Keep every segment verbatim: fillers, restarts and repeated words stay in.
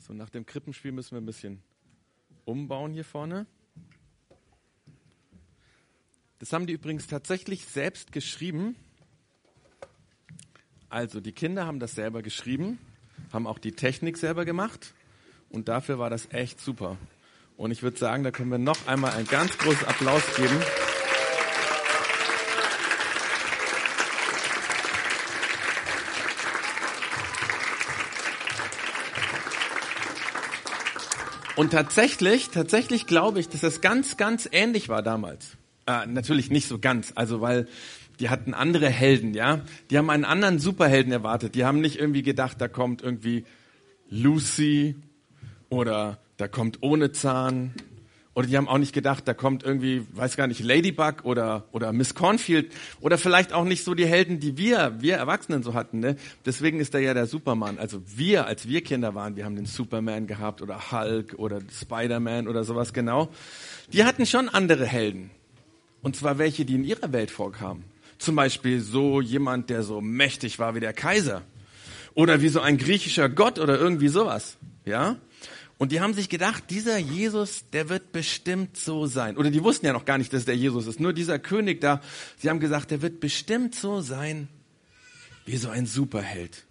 So, nach dem Krippenspiel müssen wir ein bisschen umbauen hier vorne. Das haben die übrigens tatsächlich selbst geschrieben. Also die Kinder haben das selber geschrieben, haben auch die Technik selber gemacht und dafür war das echt super. Und ich würde sagen, da können wir noch einmal einen ganz großen Applaus geben. Und tatsächlich, tatsächlich glaube ich, dass das ganz, ganz ähnlich war damals. Äh, natürlich nicht so ganz, also weil die hatten andere Helden, ja. Die haben einen anderen Superhelden erwartet. Die haben nicht irgendwie gedacht, da kommt irgendwie Lucy oder da kommt ohne Zahn. Oder die haben auch nicht gedacht, da kommt irgendwie, weiß gar nicht, Ladybug oder oder Miss Cornfield. Oder vielleicht auch nicht so die Helden, die wir, wir Erwachsenen so hatten. Ne? Deswegen ist da ja der Superman. Also wir, als wir Kinder waren, wir haben den Superman gehabt oder Hulk oder Spider-Man oder sowas genau. Die hatten schon andere Helden. Und zwar welche, die in ihrer Welt vorkamen. Zum Beispiel so jemand, der so mächtig war wie der Kaiser. Oder wie so ein griechischer Gott oder irgendwie sowas. Ja? Und die haben sich gedacht, dieser Jesus, der wird bestimmt so sein. Oder die wussten ja noch gar nicht, dass der Jesus ist. Nur dieser König da, sie haben gesagt, der wird bestimmt so sein wie so ein Superheld.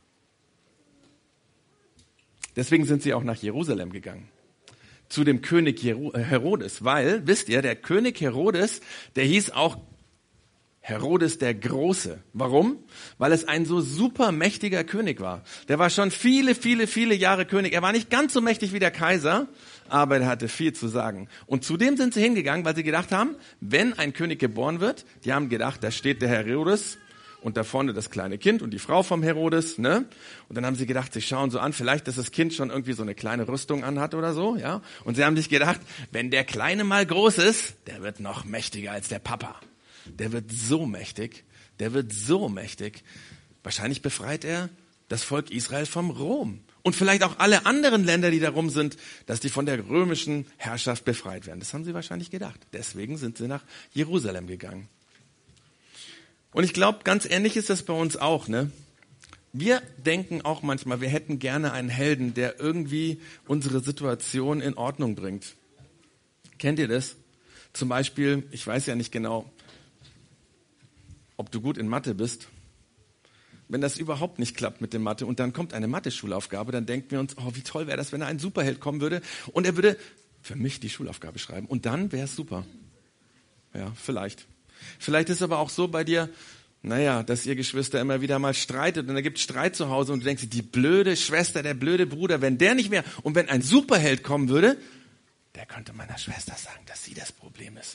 Deswegen sind sie auch nach Jerusalem gegangen. Zu dem König Herodes. Weil, wisst ihr, der König Herodes, der hieß auch Herodes der Große. Warum? Weil es ein so super mächtiger König war. Der war schon viele, viele, viele Jahre König. Er war nicht ganz so mächtig wie der Kaiser, aber er hatte viel zu sagen. Und zudem sind sie hingegangen, weil sie gedacht haben, wenn ein König geboren wird, die haben gedacht, da steht der Herodes und da vorne das kleine Kind und die Frau vom Herodes, ne? Und dann haben sie gedacht, sie schauen so an, vielleicht, dass das Kind schon irgendwie so eine kleine Rüstung anhat oder so, ja? Und sie haben sich gedacht, wenn der Kleine mal groß ist, der wird noch mächtiger als der Papa. Der wird so mächtig, der wird so mächtig. Wahrscheinlich befreit er das Volk Israel vom Rom. Und vielleicht auch alle anderen Länder, die darum sind, dass die von der römischen Herrschaft befreit werden. Das haben sie wahrscheinlich gedacht. Deswegen sind sie nach Jerusalem gegangen. Und ich glaube, ganz ähnlich ist das bei uns auch, ne? Wir denken auch manchmal, wir hätten gerne einen Helden, der irgendwie unsere Situation in Ordnung bringt. Kennt ihr das? Zum Beispiel, ich weiß ja nicht genau, ob du gut in Mathe bist. Wenn das überhaupt nicht klappt mit dem Mathe und dann kommt eine Mathe-Schulaufgabe, dann denken wir uns, oh, wie toll wäre das, wenn da ein Superheld kommen würde und er würde für mich die Schulaufgabe schreiben und dann wäre es super. Ja, vielleicht. Vielleicht ist es aber auch so bei dir, naja, dass ihr Geschwister immer wieder mal streitet und da gibt es Streit zu Hause und du denkst, die blöde Schwester, der blöde Bruder, wenn der nicht mehr und wenn ein Superheld kommen würde, der könnte meiner Schwester sagen, dass sie das Problem ist.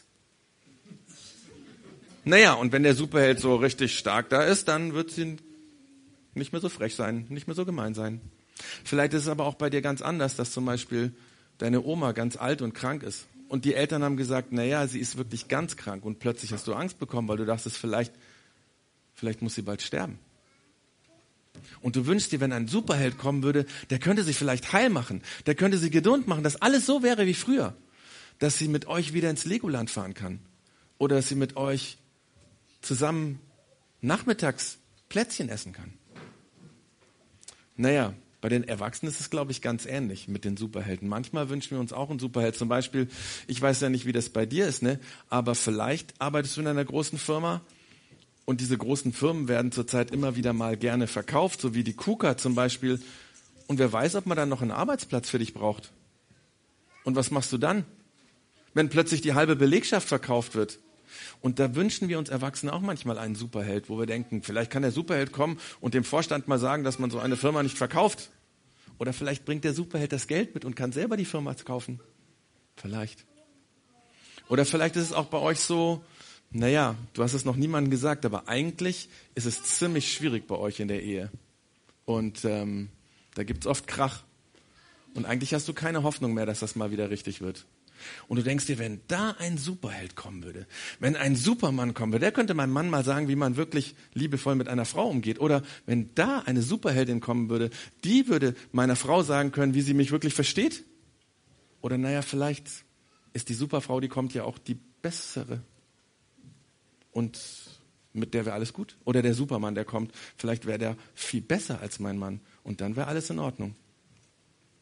Naja, und wenn der Superheld so richtig stark da ist, dann wird sie nicht mehr so frech sein, nicht mehr so gemein sein. Vielleicht ist es aber auch bei dir ganz anders, dass zum Beispiel deine Oma ganz alt und krank ist. Und die Eltern haben gesagt, naja, sie ist wirklich ganz krank. Und plötzlich hast du Angst bekommen, weil du dachtest, vielleicht, vielleicht muss sie bald sterben. Und du wünschst dir, wenn ein Superheld kommen würde, der könnte sich vielleicht heil machen. Der könnte sie gesund machen, dass alles so wäre wie früher. Dass sie mit euch wieder ins Legoland fahren kann. Oder dass sie mit euch zusammen nachmittags Plätzchen essen kann. Naja, bei den Erwachsenen ist es, glaube ich, ganz ähnlich mit den Superhelden. Manchmal wünschen wir uns auch einen Superheld. Zum Beispiel, ich weiß ja nicht, wie das bei dir ist, ne? Aber vielleicht arbeitest du in einer großen Firma und diese großen Firmen werden zurzeit immer wieder mal gerne verkauft, so wie die KUKA zum Beispiel. Und wer weiß, ob man dann noch einen Arbeitsplatz für dich braucht. Und was machst du dann, wenn plötzlich die halbe Belegschaft verkauft wird? Und da wünschen wir uns Erwachsene auch manchmal einen Superheld, wo wir denken, vielleicht kann der Superheld kommen und dem Vorstand mal sagen, dass man so eine Firma nicht verkauft. Oder vielleicht bringt der Superheld das Geld mit und kann selber die Firma kaufen. Vielleicht. Oder vielleicht ist es auch bei euch so, naja, du hast es noch niemandem gesagt, aber eigentlich ist es ziemlich schwierig bei euch in der Ehe. Und ähm, da gibt es oft Krach. Und eigentlich hast du keine Hoffnung mehr, dass das mal wieder richtig wird. Und du denkst dir, wenn da ein Superheld kommen würde, wenn ein Supermann kommen würde, der könnte meinem Mann mal sagen, wie man wirklich liebevoll mit einer Frau umgeht. Oder wenn da eine Superheldin kommen würde, die würde meiner Frau sagen können, wie sie mich wirklich versteht. Oder naja, vielleicht ist die Superfrau, die kommt ja auch die bessere. Und mit der wäre alles gut. Oder der Supermann, der kommt, vielleicht wäre der viel besser als mein Mann. Und dann wäre alles in Ordnung.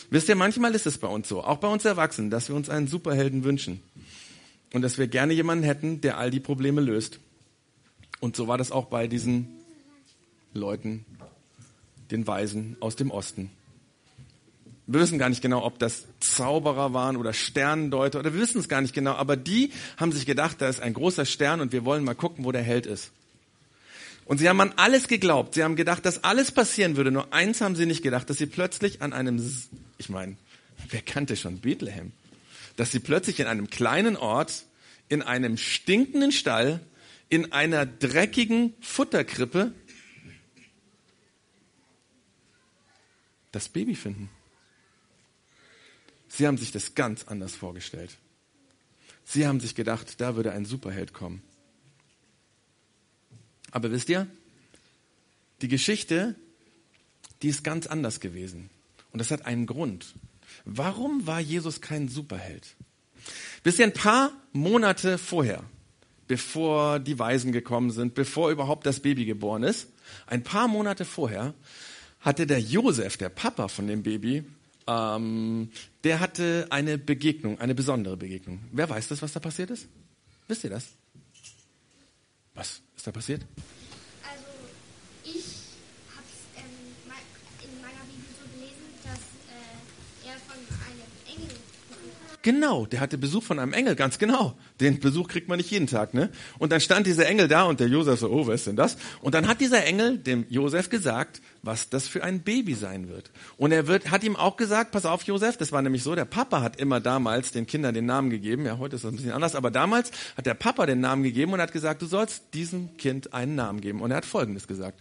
Wisst ihr, manchmal ist es bei uns so, auch bei uns Erwachsenen, dass wir uns einen Superhelden wünschen. Und dass wir gerne jemanden hätten, der all die Probleme löst. Und so war das auch bei diesen Leuten, den Weisen aus dem Osten. Wir wissen gar nicht genau, ob das Zauberer waren oder Sternendeuter, oder wir wissen es gar nicht genau, aber die haben sich gedacht, da ist ein großer Stern und wir wollen mal gucken, wo der Held ist. Und sie haben an alles geglaubt. Sie haben gedacht, dass alles passieren würde. Nur eins haben sie nicht gedacht, dass sie plötzlich an einem, ich meine, wer kannte schon Bethlehem? Dass sie plötzlich in einem kleinen Ort, in einem stinkenden Stall, in einer dreckigen Futterkrippe das Baby finden. Sie haben sich das ganz anders vorgestellt. Sie haben sich gedacht, da würde ein Superheld kommen. Aber wisst ihr, die Geschichte, die ist ganz anders gewesen. Und das hat einen Grund. Warum war Jesus kein Superheld? Wisst ihr, ein paar Monate vorher, bevor die Weisen gekommen sind, bevor überhaupt das Baby geboren ist, ein paar Monate vorher hatte der Josef, der Papa von dem Baby, ähm, der hatte eine Begegnung, eine besondere Begegnung. Wer weiß das, was da passiert ist? Wisst ihr das? Was ist da passiert? Also ich habe es ähm, in meiner Bibel so gelesen, dass äh, er von einem Engel besucht hat. Genau, der hatte Besuch von einem Engel, ganz genau. Den Besuch kriegt man nicht jeden Tag, ne? Und dann stand dieser Engel da und der Josef so, oh, wer ist denn das? Und dann hat dieser Engel dem Josef gesagt, was das für ein Baby sein wird. Und er wird, hat ihm auch gesagt, pass auf Josef, das war nämlich so, der Papa hat immer damals den Kindern den Namen gegeben, ja, heute ist das ein bisschen anders, aber damals hat der Papa den Namen gegeben und hat gesagt, du sollst diesem Kind einen Namen geben. Und er hat Folgendes gesagt.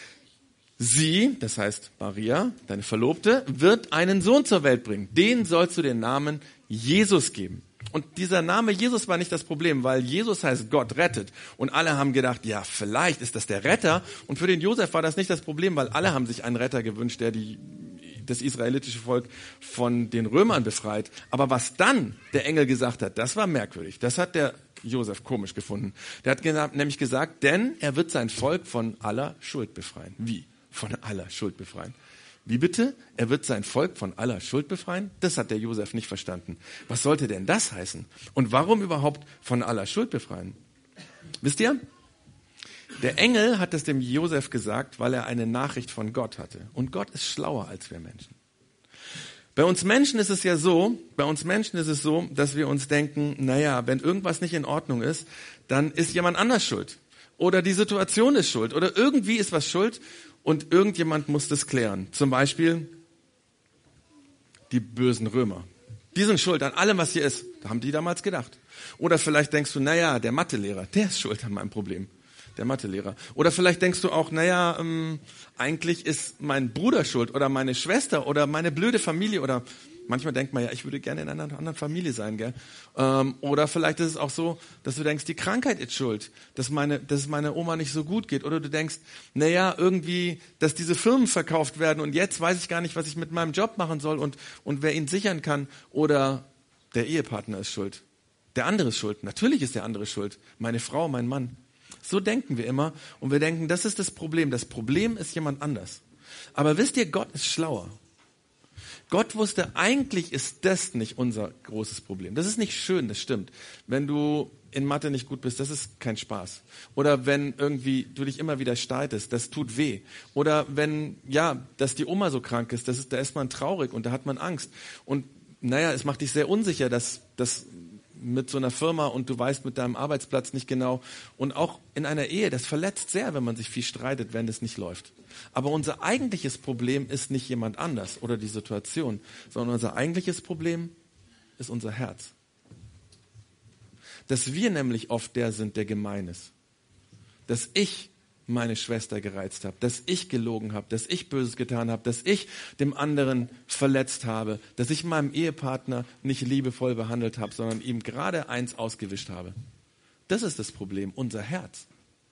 Sie, das heißt Maria, deine Verlobte, wird einen Sohn zur Welt bringen. Den sollst du den Namen Jesus geben. Und dieser Name Jesus war nicht das Problem, weil Jesus heißt Gott rettet. Und alle haben gedacht, ja, vielleicht ist das der Retter. Und für den Josef war das nicht das Problem, weil alle haben sich einen Retter gewünscht, der die, das israelitische Volk von den Römern befreit. Aber was dann der Engel gesagt hat, das war merkwürdig. Das hat der Josef komisch gefunden. Der hat gesagt, nämlich gesagt, denn er wird sein Volk von aller Schuld befreien. Wie? Von aller Schuld befreien. Wie bitte? Er wird sein Volk von aller Schuld befreien? Das hat der Josef nicht verstanden. Was sollte denn das heißen? Und warum überhaupt von aller Schuld befreien? Wisst ihr? Der Engel hat es dem Josef gesagt, weil er eine Nachricht von Gott hatte. Und Gott ist schlauer als wir Menschen. Bei uns Menschen ist es ja so, bei uns Menschen ist es so, dass wir uns denken, naja, wenn irgendwas nicht in Ordnung ist, dann ist jemand anders schuld. Oder die Situation ist schuld. Oder irgendwie ist was schuld. Und irgendjemand muss das klären. Zum Beispiel die bösen Römer. Die sind schuld an allem, was hier ist. Da haben die damals gedacht. Oder vielleicht denkst du, naja, der Mathelehrer, der ist schuld an meinem Problem. Der Mathelehrer. Oder vielleicht denkst du auch, naja, ähm, eigentlich ist mein Bruder schuld oder meine Schwester oder meine blöde Familie oder manchmal denkt man ja, ich würde gerne in einer anderen Familie sein, gell? Ähm, oder vielleicht ist es auch so, dass du denkst, die Krankheit ist schuld, dass meine, dass es meiner Oma nicht so gut geht. Oder du denkst, naja, irgendwie, dass diese Firmen verkauft werden und jetzt weiß ich gar nicht, was ich mit meinem Job machen soll und, und wer ihn sichern kann. Oder der Ehepartner ist schuld. Der andere ist schuld. Natürlich ist der andere schuld. Meine Frau, mein Mann. So denken wir immer und wir denken, das ist das Problem. Das Problem ist jemand anders. Aber wisst ihr, Gott ist schlauer. Gott wusste, eigentlich ist das nicht unser großes Problem. Das ist nicht schön, das stimmt. Wenn du in Mathe nicht gut bist, das ist kein Spaß. Oder wenn irgendwie du dich immer wieder streitest, das tut weh. Oder wenn, ja, dass die Oma so krank ist, das ist, da ist man traurig und da hat man Angst. Und naja, es macht dich sehr unsicher, dass das mit so einer Firma und du weißt mit deinem Arbeitsplatz nicht genau. Und auch in einer Ehe, das verletzt sehr, wenn man sich viel streitet, wenn das nicht läuft. Aber unser eigentliches Problem ist nicht jemand anders oder die Situation, sondern unser eigentliches Problem ist unser Herz. Dass wir nämlich oft der sind, der gemein ist. Dass ich meine Schwester gereizt habe, dass ich gelogen habe, dass ich Böses getan habe, dass ich dem anderen verletzt habe, dass ich meinem Ehepartner nicht liebevoll behandelt habe, sondern ihm gerade eins ausgewischt habe. Das ist das Problem, unser Herz.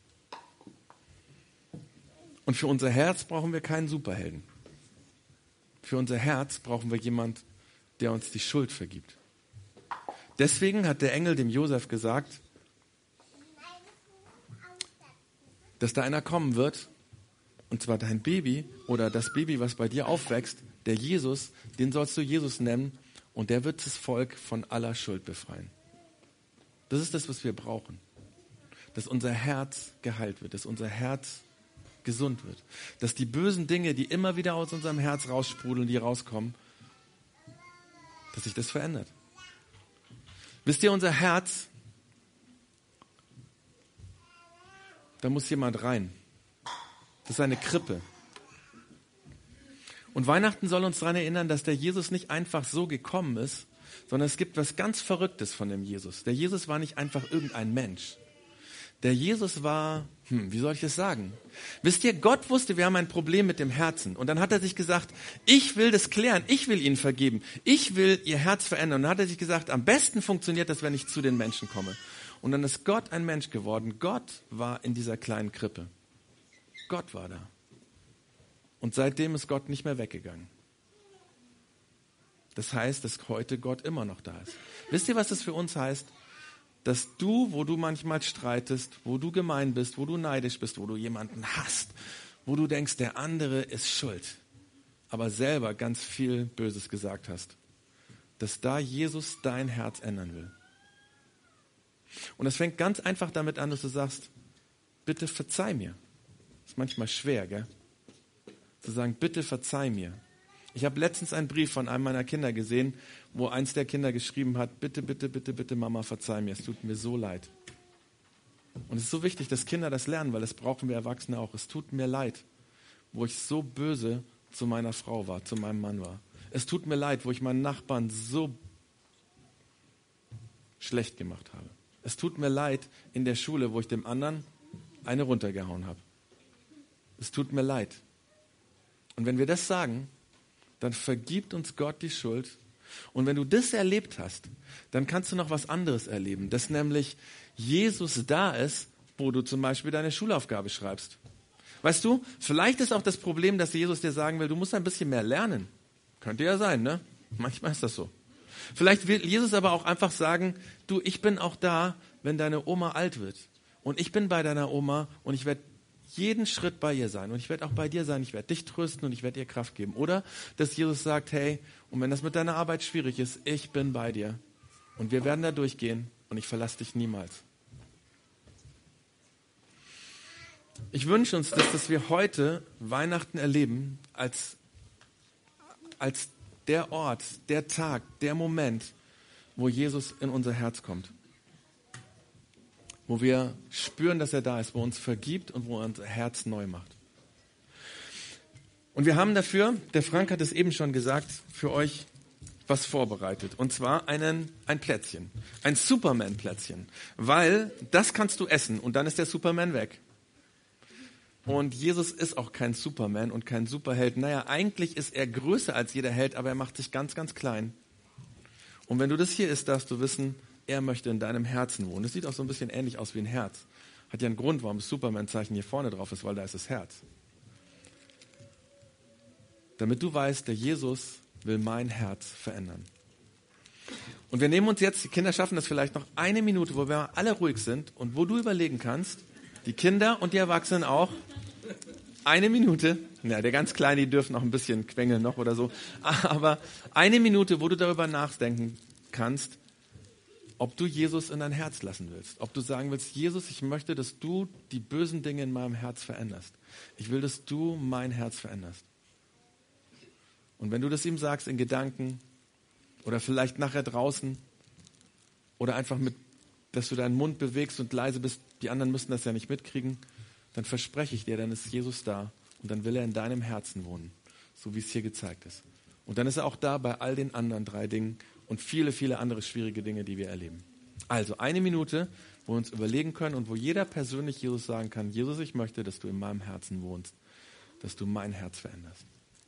Und für unser Herz brauchen wir keinen Superhelden. Für unser Herz brauchen wir jemand, der uns die Schuld vergibt. Deswegen hat der Engel dem Josef gesagt, dass da einer kommen wird, und zwar dein Baby oder das Baby, was bei dir aufwächst, der Jesus, den sollst du Jesus nennen und der wird das Volk von aller Schuld befreien. Das ist das, was wir brauchen. Dass unser Herz geheilt wird, dass unser Herz gesund wird. Dass die bösen Dinge, die immer wieder aus unserem Herz raussprudeln, die rauskommen, dass sich das verändert. Wisst ihr, unser Herz, da muss jemand rein. Das ist eine Krippe. Und Weihnachten soll uns daran erinnern, dass der Jesus nicht einfach so gekommen ist, sondern es gibt was ganz Verrücktes von dem Jesus. Der Jesus war nicht einfach irgendein Mensch. Der Jesus war, hm, wie soll ich das sagen? Wisst ihr, Gott wusste, wir haben ein Problem mit dem Herzen. Und dann hat er sich gesagt, ich will das klären, ich will ihnen vergeben, ich will ihr Herz verändern. Und dann hat er sich gesagt, am besten funktioniert das, wenn ich zu den Menschen komme. Und dann ist Gott ein Mensch geworden. Gott war in dieser kleinen Krippe. Gott war da. Und seitdem ist Gott nicht mehr weggegangen. Das heißt, dass heute Gott immer noch da ist. Wisst ihr, was das für uns heißt? Dass du, wo du manchmal streitest, wo du gemein bist, wo du neidisch bist, wo du jemanden hasst, wo du denkst, der andere ist schuld, aber selber ganz viel Böses gesagt hast, dass da Jesus dein Herz ändern will. Und es fängt ganz einfach damit an, dass du sagst, bitte verzeih mir. Das ist manchmal schwer, gell? Zu sagen, bitte verzeih mir. Ich habe letztens einen Brief von einem meiner Kinder gesehen, wo eins der Kinder geschrieben hat, bitte, bitte, bitte, bitte, Mama, verzeih mir, es tut mir so leid. Und es ist so wichtig, dass Kinder das lernen, weil das brauchen wir Erwachsene auch. Es tut mir leid, wo ich so böse zu meiner Frau war, zu meinem Mann war. Es tut mir leid, wo ich meinen Nachbarn so schlecht gemacht habe. Es tut mir leid in der Schule, wo ich dem anderen eine runtergehauen habe. Es tut mir leid. Und wenn wir das sagen, dann vergibt uns Gott die Schuld. Und wenn du das erlebt hast, dann kannst du noch was anderes erleben, dass nämlich Jesus da ist, wo du zum Beispiel deine Schulaufgabe schreibst. Weißt du, vielleicht ist auch das Problem, dass Jesus dir sagen will, du musst ein bisschen mehr lernen. Könnte ja sein, ne? Manchmal ist das so. Vielleicht will Jesus aber auch einfach sagen, du, ich bin auch da, wenn deine Oma alt wird. Und ich bin bei deiner Oma und ich werde jeden Schritt bei ihr sein. Und ich werde auch bei dir sein. Ich werde dich trösten und ich werde ihr Kraft geben. Oder dass Jesus sagt, hey, und wenn das mit deiner Arbeit schwierig ist, ich bin bei dir. Und wir werden da durchgehen und ich verlasse dich niemals. Ich wünsche uns, dass, dass wir heute Weihnachten erleben als, als der Ort, der Tag, der Moment, wo Jesus in unser Herz kommt. Wo wir spüren, dass er da ist, wo er uns vergibt und wo er unser Herz neu macht. Und wir haben dafür, der Frank hat es eben schon gesagt, für euch was vorbereitet. Und zwar einen, ein Plätzchen, ein Superman-Plätzchen. Weil das kannst du essen und dann ist der Superman weg. Und Jesus ist auch kein Superman und kein Superheld. Naja, eigentlich ist er größer als jeder Held, aber er macht sich ganz, ganz klein. Und wenn du das hier isst, darfst du wissen, er möchte in deinem Herzen wohnen. Das sieht auch so ein bisschen ähnlich aus wie ein Herz. Hat ja einen Grund, warum das Superman-Zeichen hier vorne drauf ist, weil da ist das Herz. Damit du weißt, der Jesus will mein Herz verändern. Und wir nehmen uns jetzt, die Kinder schaffen das vielleicht noch eine Minute, wo wir alle ruhig sind und wo du überlegen kannst, die Kinder und die Erwachsenen auch, eine Minute, na, der ganz Kleine, die dürfen noch ein bisschen quengeln noch oder so, aber eine Minute, wo du darüber nachdenken kannst, ob du Jesus in dein Herz lassen willst. Ob du sagen willst, Jesus, ich möchte, dass du die bösen Dinge in meinem Herz veränderst. Ich will, dass du mein Herz veränderst. Und wenn du das ihm sagst in Gedanken oder vielleicht nachher draußen oder einfach mit, dass du deinen Mund bewegst und leise bist, die anderen müssen das ja nicht mitkriegen, dann verspreche ich dir, dann ist Jesus da und dann will er in deinem Herzen wohnen, so wie es hier gezeigt ist. Und dann ist er auch da bei all den anderen drei Dingen und viele, viele andere schwierige Dinge, die wir erleben. Also eine Minute, wo wir uns überlegen können und wo jeder persönlich Jesus sagen kann, Jesus, ich möchte, dass du in meinem Herzen wohnst, dass du mein Herz veränderst.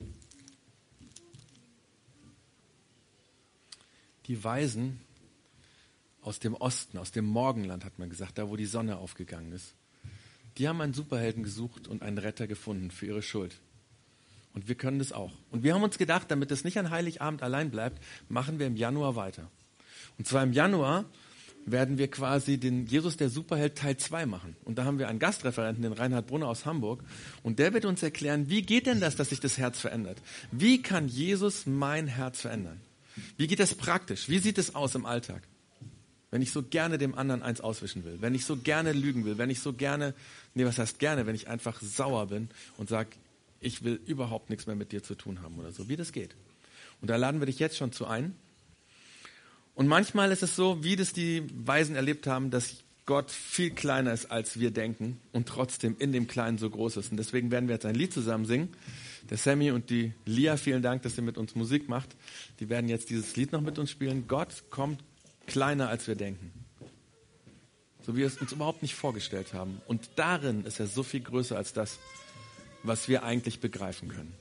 Die Weisen aus dem Osten, aus dem Morgenland, hat man gesagt, da wo die Sonne aufgegangen ist, die haben einen Superhelden gesucht und einen Retter gefunden für ihre Schuld. Und wir können das auch. Und wir haben uns gedacht, damit es nicht an Heiligabend allein bleibt, machen wir im Januar weiter. Und zwar im Januar werden wir quasi den Jesus der Superheld Teil zwei machen. Und da haben wir einen Gastreferenten, den Reinhard Brunner aus Hamburg. Und der wird uns erklären, wie geht denn das, dass sich das Herz verändert? Wie kann Jesus mein Herz verändern? Wie geht das praktisch? Wie sieht es aus im Alltag? Wenn ich so gerne dem anderen eins auswischen will, wenn ich so gerne lügen will, wenn ich so gerne, nee, was heißt gerne, wenn ich einfach sauer bin und sage, ich will überhaupt nichts mehr mit dir zu tun haben oder so, wie das geht. Und da laden wir dich jetzt schon zu ein. Und manchmal ist es so, wie das die Weisen erlebt haben, dass Gott viel kleiner ist, als wir denken und trotzdem in dem Kleinen so groß ist. Und deswegen werden wir jetzt ein Lied zusammen singen. Der Sammy und die Lia, vielen Dank, dass ihr mit uns Musik macht. Die werden jetzt dieses Lied noch mit uns spielen. Gott kommt kleiner, als wir denken. So wie wir es uns überhaupt nicht vorgestellt haben. Und darin ist er so viel größer als das, was wir eigentlich begreifen können.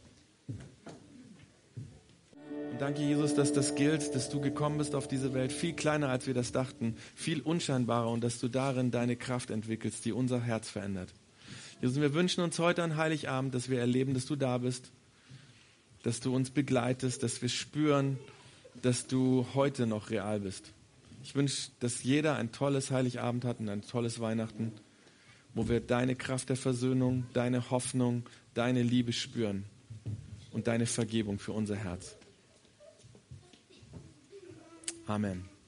Und danke, Jesus, dass das gilt, dass du gekommen bist auf diese Welt, viel kleiner, als wir das dachten, viel unscheinbarer und dass du darin deine Kraft entwickelst, die unser Herz verändert. Jesus, wir wünschen uns heute an Heiligabend, dass wir erleben, dass du da bist, dass du uns begleitest, dass wir spüren, dass du heute noch real bist. Ich wünsche, dass jeder ein tolles Heiligabend hat und ein tolles Weihnachten, wo wir deine Kraft der Versöhnung, deine Hoffnung, deine Liebe spüren und deine Vergebung für unser Herz. Amen.